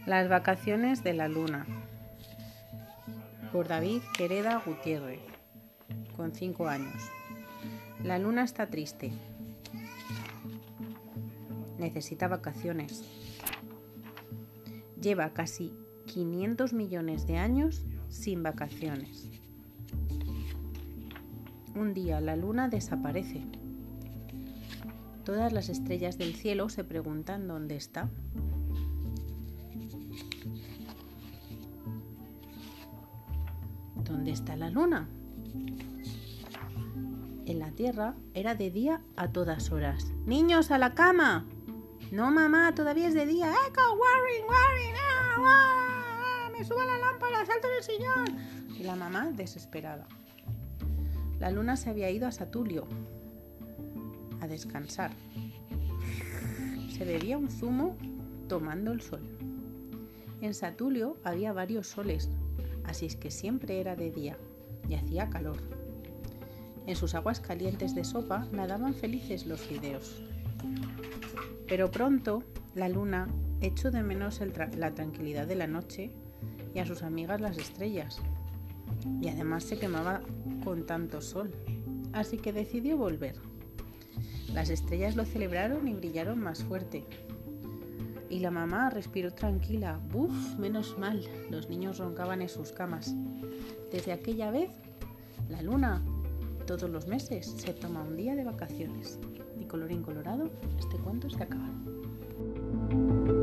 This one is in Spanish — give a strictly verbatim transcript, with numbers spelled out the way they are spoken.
Las vacaciones de la luna, por David Quereda Gutiérrez, con cinco años. La luna está triste. Necesita vacaciones. Lleva casi quinientos millones de años sin vacaciones. Un día la luna desaparece. Todas las estrellas del cielo se preguntan dónde está. ¿Dónde está la luna? En la Tierra era de día a todas horas. ¡Niños, a la cama! No, mamá, todavía es de día. ¡Echo, Warren, Warren! ¡Ah, ah! ¡Me suba la lámpara! ¡Salto del sillón! Y la mamá desesperada. La luna se había ido a Satulio a descansar. Se bebía un zumo tomando el sol. En Satulio había varios soles, así es que siempre era de día y hacía calor. En sus aguas calientes de sopa nadaban felices los fideos. Pero pronto la luna echó de menos el tra- la tranquilidad de la noche y a sus amigas las estrellas. Y además se quemaba con tanto sol, así que decidió volver. Las estrellas lo celebraron y brillaron más fuerte. Y la mamá respiró tranquila. ¡Buf! Menos mal, los niños roncaban en sus camas. Desde aquella vez, la luna, todos los meses, se toma un día de vacaciones. Y colorín colorado, este cuento se acaba.